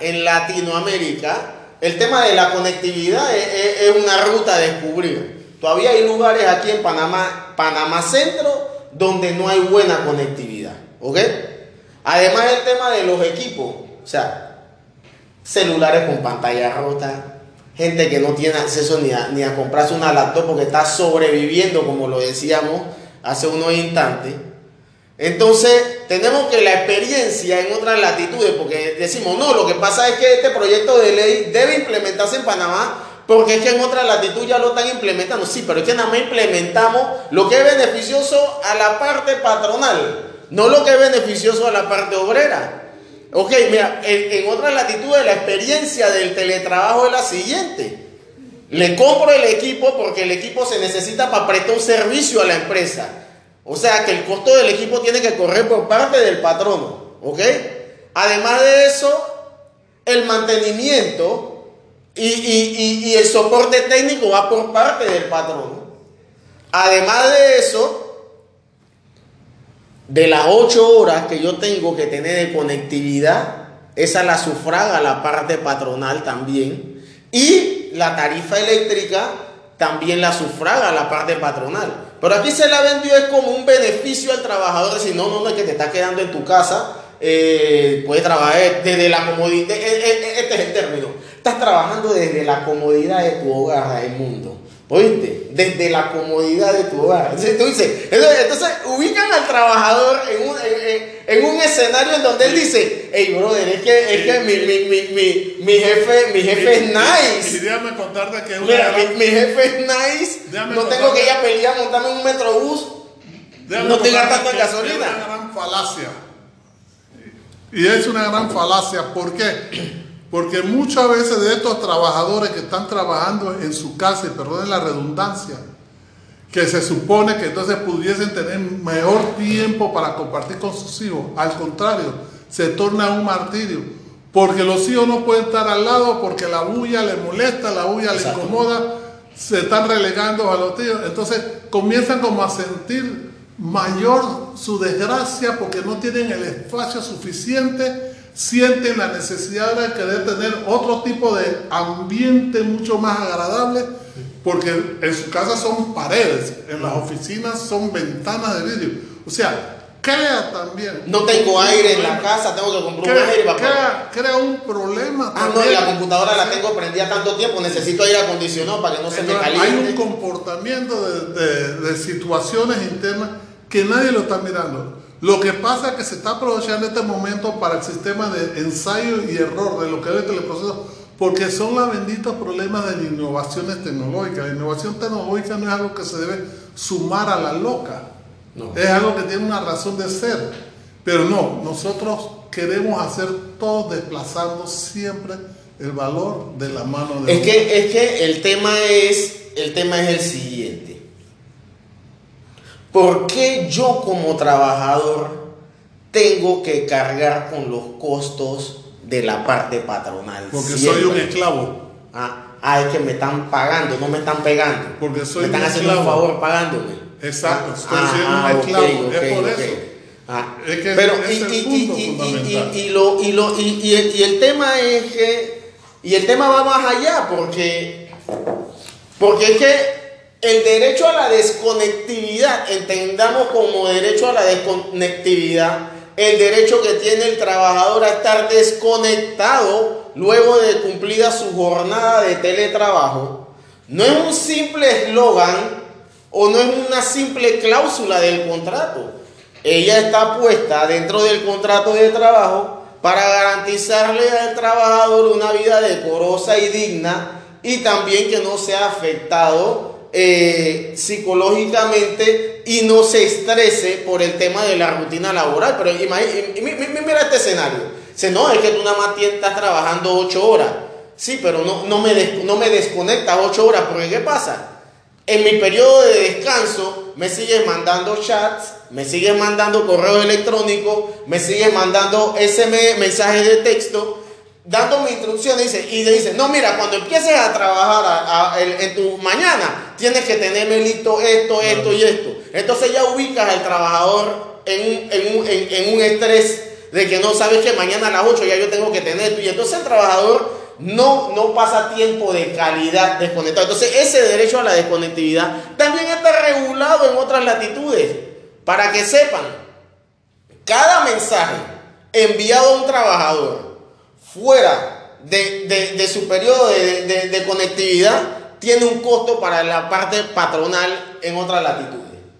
el tema de la conectividad es una ruta a descubrir. Todavía hay lugares aquí en Panamá Centro, donde no hay buena conectividad, ¿ok? Además, el tema de los equipos, o sea, celulares con pantalla rota, gente que no tiene acceso ni a comprarse una laptop porque está sobreviviendo, como lo decíamos hace unos instantes. Entonces, tenemos que la experiencia en otras latitudes, porque decimos, no, lo que pasa es que este proyecto de ley debe implementarse en Panamá, porque es que en otra latitud ya lo están implementando. Sí, pero es que nada más implementamos lo que es beneficioso a la parte patronal, no lo que es beneficioso a la parte obrera. Ok, mira, en otras latitudes la experiencia del teletrabajo es la siguiente. Le compro el equipo porque el equipo se necesita para prestar un servicio a la empresa. O sea que el costo del equipo tiene que correr por parte del patrono. ¿Ok? Además de eso, el mantenimiento y el soporte técnico va por parte del patrono. Además de eso, de las 8 horas que yo tengo que tener de conectividad, esa la sufraga la parte patronal también. Y la tarifa eléctrica también la sufraga la parte patronal. Pero aquí se la vendió es como un beneficio al trabajador. Decir, no, es que te estás quedando en tu casa, puedes trabajar desde la comodidad. Este es el término. Estás trabajando desde la comodidad de tu hogar, Raimundo. ¿Oíste? Desde la comodidad de tu hogar. Entonces ubican al trabajador en un escenario en donde él dice, hey, brother, es que mi jefe es nice. Y déjame contarte que mi jefe es nice. No tengo que ir a pelear, montarme en un metrobús. No estoy gastando en gasolina. Es una gran falacia. Y es una gran falacia. ¿Por qué? Porque muchas veces de estos trabajadores que están trabajando en su casa, y perdonen la redundancia, que se supone que entonces pudiesen tener mejor tiempo para compartir con sus hijos, al contrario, se torna un martirio, porque los hijos no pueden estar al lado porque la bulla les molesta, la bulla les incomoda, se están relegando a los tíos, entonces comienzan como a sentir mayor su desgracia porque no tienen el espacio suficiente, sienten la necesidad de querer tener otro tipo de ambiente mucho más agradable, porque en su casa son paredes, en las oficinas son ventanas de vidrio. O sea, crea también. No tengo aire en la casa, tengo que comprar un aire para crea un problema. No, y la computadora la tengo prendida tanto tiempo, necesito aire acondicionado para que no se me caliente. Hay un comportamiento de situaciones internas que nadie lo está mirando. Lo que pasa es que se está aprovechando este momento para el sistema de ensayo y error de lo que es el teleproceso, porque son los benditos problemas de las innovaciones tecnológicas. La innovación tecnológica no es algo que se debe sumar a la loca, no. Es algo que tiene una razón de ser, pero no, nosotros queremos hacer todo desplazando siempre el valor de la mano de es que el tema es el siguiente. ¿Por qué yo como trabajador tengo que cargar con los costos de la parte patronal? Porque siempre soy un esclavo. Es que me están pagando, no me están pegando. Porque soy me están haciendo un favor pagándome. Exacto, estoy siendo un esclavo. Es por eso. Es que pero es el punto fundamental. Y el tema es que, y el tema va más allá, porque es que el derecho a la desconectividad, entendamos como derecho a la desconectividad, el derecho que tiene el trabajador a estar desconectado luego de cumplida su jornada de teletrabajo, no es un simple eslogan o no es una simple cláusula del contrato. Ella está puesta dentro del contrato de trabajo para garantizarle al trabajador una vida decorosa y digna, y también que no sea afectado psicológicamente y no se estrese por el tema de la rutina laboral. Pero mira este escenario. Dice, no, es que tú nada más estás trabajando 8 horas. Sí, pero no me desconectas 8 horas, porque ¿qué pasa? En mi periodo de descanso me sigues mandando chats, me sigues mandando correos electrónicos, me sigues mandando SMS, mensajes de texto, dándome instrucciones, y le dice, no, mira, cuando empieces a trabajar en tu mañana, tienes que tenerme listo esto y esto. Entonces ya ubicas al trabajador en un estrés de que no sabes que mañana a las 8 ya yo tengo que tener esto. Y entonces el trabajador no pasa tiempo de calidad desconectado. Entonces ese derecho a la desconectividad también está regulado en otras latitudes. Para que sepan, cada mensaje enviado a un trabajador fuera de su periodo de conectividad tiene un costo para la parte patronal en otras latitudes.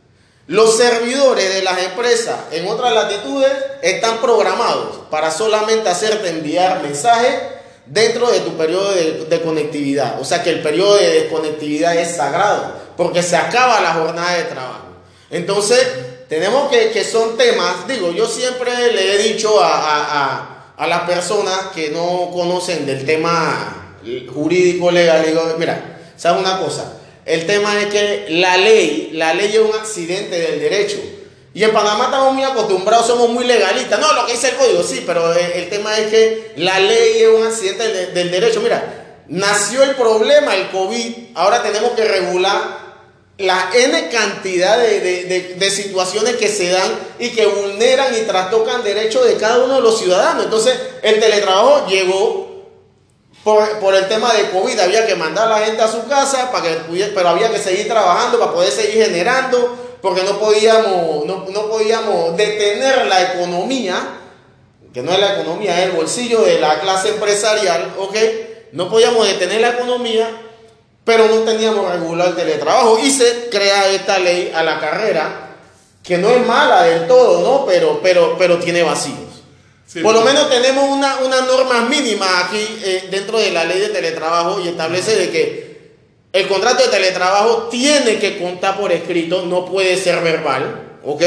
Los servidores de las empresas en otras latitudes están programados para solamente hacerte enviar mensajes dentro de tu periodo de conectividad. O sea que el periodo de desconectividad es sagrado, porque se acaba la jornada de trabajo. Entonces, tenemos que son temas, digo, yo siempre le he dicho a las personas que no conocen del tema jurídico, legal, digo, mira, ¿sabes una cosa? El tema es que la ley es un accidente del derecho. Y en Panamá estamos muy acostumbrados, somos muy legalistas. No, lo que dice el código, sí, pero el tema es que la ley es un accidente del derecho. Mira, nació el problema, el COVID. Ahora tenemos que regular la N cantidad de situaciones que se dan y que vulneran y trastocan derechos de cada uno de los ciudadanos. Entonces, el teletrabajo llegó por el tema de COVID. Había que mandar a la gente a su casa, pero había que seguir trabajando para poder seguir generando, porque no podíamos detener la economía, que no es la economía, es el bolsillo de la clase empresarial, ¿ok? No podíamos detener la economía, pero no teníamos regular el teletrabajo y se crea esta ley a la carrera, que no es mala del todo, ¿no? Pero tiene vacíos. Sí, por lo menos tenemos una norma mínima aquí dentro de la ley de teletrabajo, y establece de que el contrato de teletrabajo tiene que contar por escrito, no puede ser verbal, ¿ok?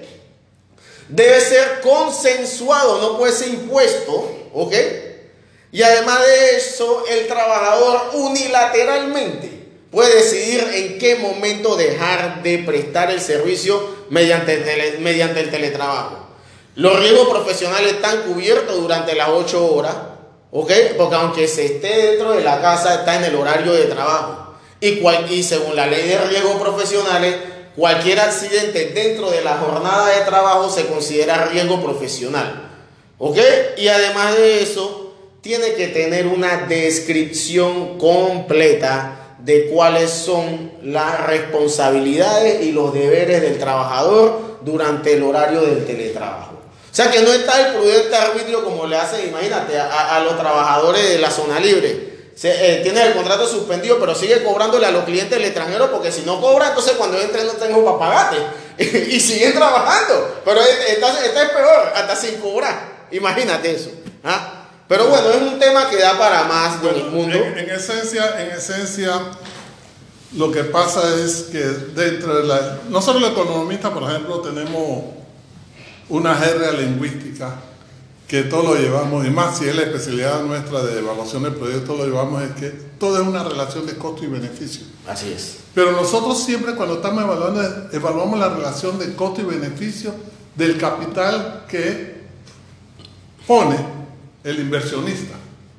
Debe ser consensuado, no puede ser impuesto, ¿ok? Y además de eso, el trabajador unilateralmente puede decidir en qué momento dejar de prestar el servicio mediante el teletrabajo. Los riesgos profesionales están cubiertos durante las 8 horas, ¿ok? Porque aunque se esté dentro de la casa, está en el horario de trabajo. Y según la ley de riesgos profesionales, cualquier accidente dentro de la jornada de trabajo se considera riesgo profesional, ¿ok? Y además de eso, tiene que tener una descripción completa de cuáles son las responsabilidades y los deberes del trabajador durante el horario del teletrabajo. O sea que no está el prudente arbitrio como le hacen, imagínate, a los trabajadores de la zona libre. Tiene el contrato suspendido, pero sigue cobrándole a los clientes del extranjero, porque si no cobra, entonces cuando entre no tengo para pagarte. Y siguen trabajando. Pero esta es peor, hasta sin cobrar. Imagínate eso. ¿Ah? Pero bueno, es un tema que da para más del mundo. En esencia, lo que pasa es que dentro de nosotros los economistas, por ejemplo, tenemos una jerga lingüística que todo lo llevamos, y más si es la especialidad nuestra de evaluación de proyectos, lo llevamos, es que todo es una relación de costo y beneficio. Así es. Pero nosotros siempre cuando estamos evaluamos la relación de costo y beneficio del capital que pone el inversionista.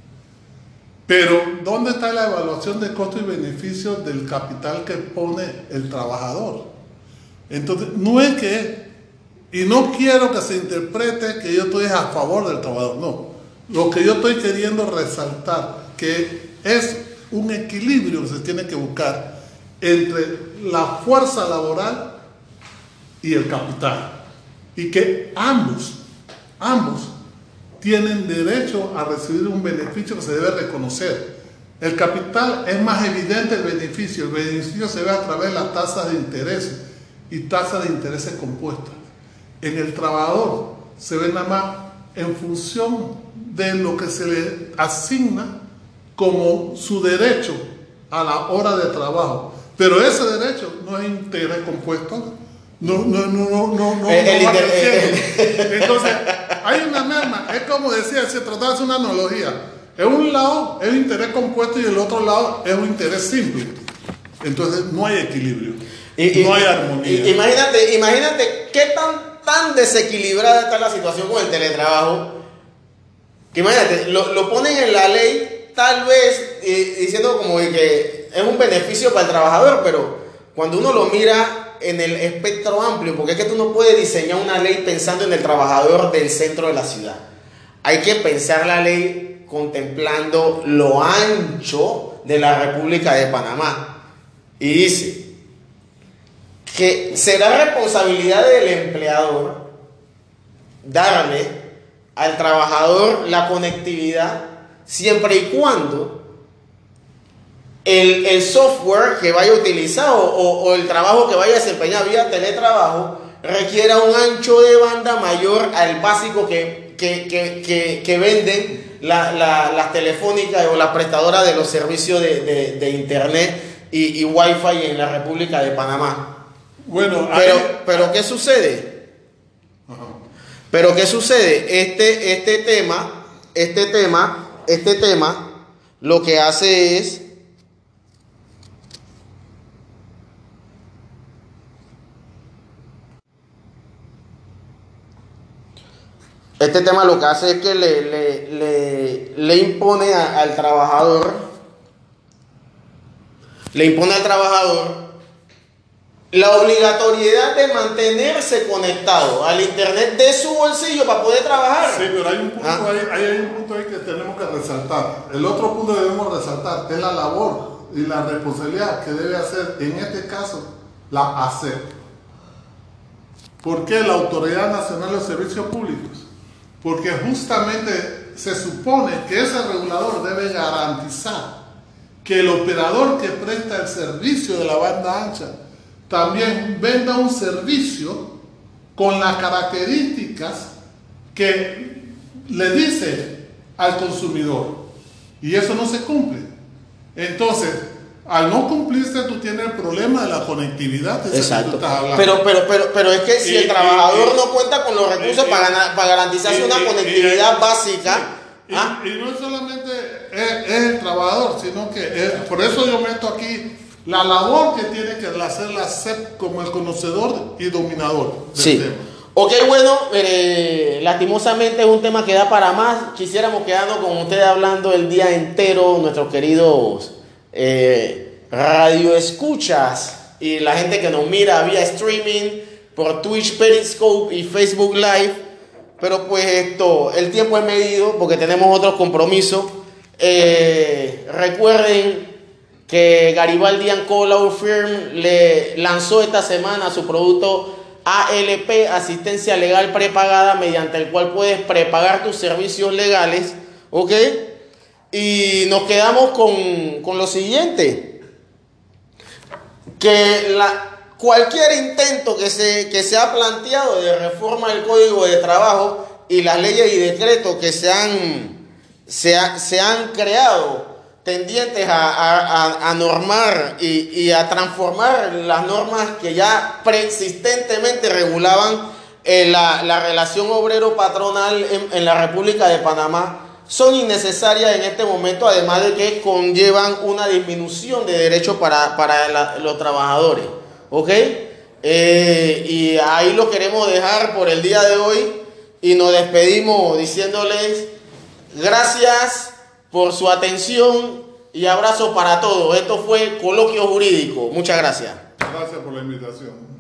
Pero ¿dónde está la evaluación de costo y beneficio del capital que pone el trabajador? Entonces, no es que... Y no quiero que se interprete que yo estoy a favor del trabajador, no. Lo que yo estoy queriendo resaltar, que es un equilibrio que se tiene que buscar entre la fuerza laboral y el capital. Y que ambos tienen derecho a recibir un beneficio que se debe reconocer. El capital es más evidente el beneficio se ve a través de las tasas de interés y tasas de intereses compuestas. En el trabajador se ve nada más en función de lo que se le asigna como su derecho a la hora de trabajo. Pero ese derecho no es interés compuesto, no va creciendo. Entonces, hay una merma, es como decía, se trata de una analogía. En un lado es un interés compuesto y el otro lado es un interés simple. Entonces, no hay equilibrio, no hay armonía. Imagínate qué tan desequilibrada está la situación con el teletrabajo, que imagínate, lo ponen en la ley tal vez diciendo como que es un beneficio para el trabajador, pero cuando uno lo mira en el espectro amplio, porque es que tú no puedes diseñar una ley pensando en el trabajador del centro de la ciudad. Hay que pensar la ley contemplando lo ancho de la República de Panamá. Y dice que será responsabilidad del empleador darle al trabajador la conectividad siempre y cuando el software que vaya a utilizar o el trabajo que vaya a desempeñar vía teletrabajo requiera un ancho de banda mayor al básico que venden las telefónicas o las prestadoras de los servicios de internet y wifi en la República de Panamá. Bueno, pero ¿qué sucede? Ajá. Pero ¿qué sucede? Este tema lo que hace es que le impone al trabajador, la obligatoriedad de mantenerse conectado al internet de su bolsillo para poder trabajar. Sí, pero hay un punto ahí que tenemos que resaltar. El otro punto que debemos resaltar es la labor y la responsabilidad que debe hacer, en este caso, la ASEP. ¿Por qué la Autoridad Nacional de Servicios Públicos? Porque justamente se supone que ese regulador debe garantizar que el operador que presta el servicio de la banda ancha también venda un servicio con las características que le dice al consumidor. Y eso no se cumple. Entonces, al no cumplirse, tú tienes el problema de la conectividad. Exacto. Pero es que si el trabajador no cuenta con los recursos para garantizarse una conectividad básica. Y no solamente es el trabajador, sino que por eso yo meto aquí la labor que tiene que hacer la SEP como el conocedor y dominador del tema. Ok, bueno, lastimosamente es un tema que da para más. Quisiéramos quedarnos con ustedes hablando el día entero, nuestros queridos radioescuchas y la gente que nos mira vía streaming por Twitch, Periscope y Facebook Live. Pero pues el tiempo es medido porque tenemos otros compromisos. Recuerden que Garibaldi & Co. Law Firm le lanzó esta semana su producto ALP, Asistencia Legal Prepagada, mediante el cual puedes prepagar tus servicios legales, ¿ok? Y nos quedamos con lo siguiente, que cualquier intento que se ha planteado de reforma del Código de Trabajo y las leyes y decretos que se han creado tendientes a normar y a transformar las normas que ya preexistentemente regulaban la relación obrero-patronal en la República de Panamá, son innecesarias en este momento, además de que conllevan una disminución de derechos para los trabajadores. ¿Ok? Y ahí lo queremos dejar por el día de hoy y nos despedimos diciéndoles gracias por su atención y abrazo para todos. Esto fue Coloquio Jurídico. Muchas gracias. Gracias por la invitación.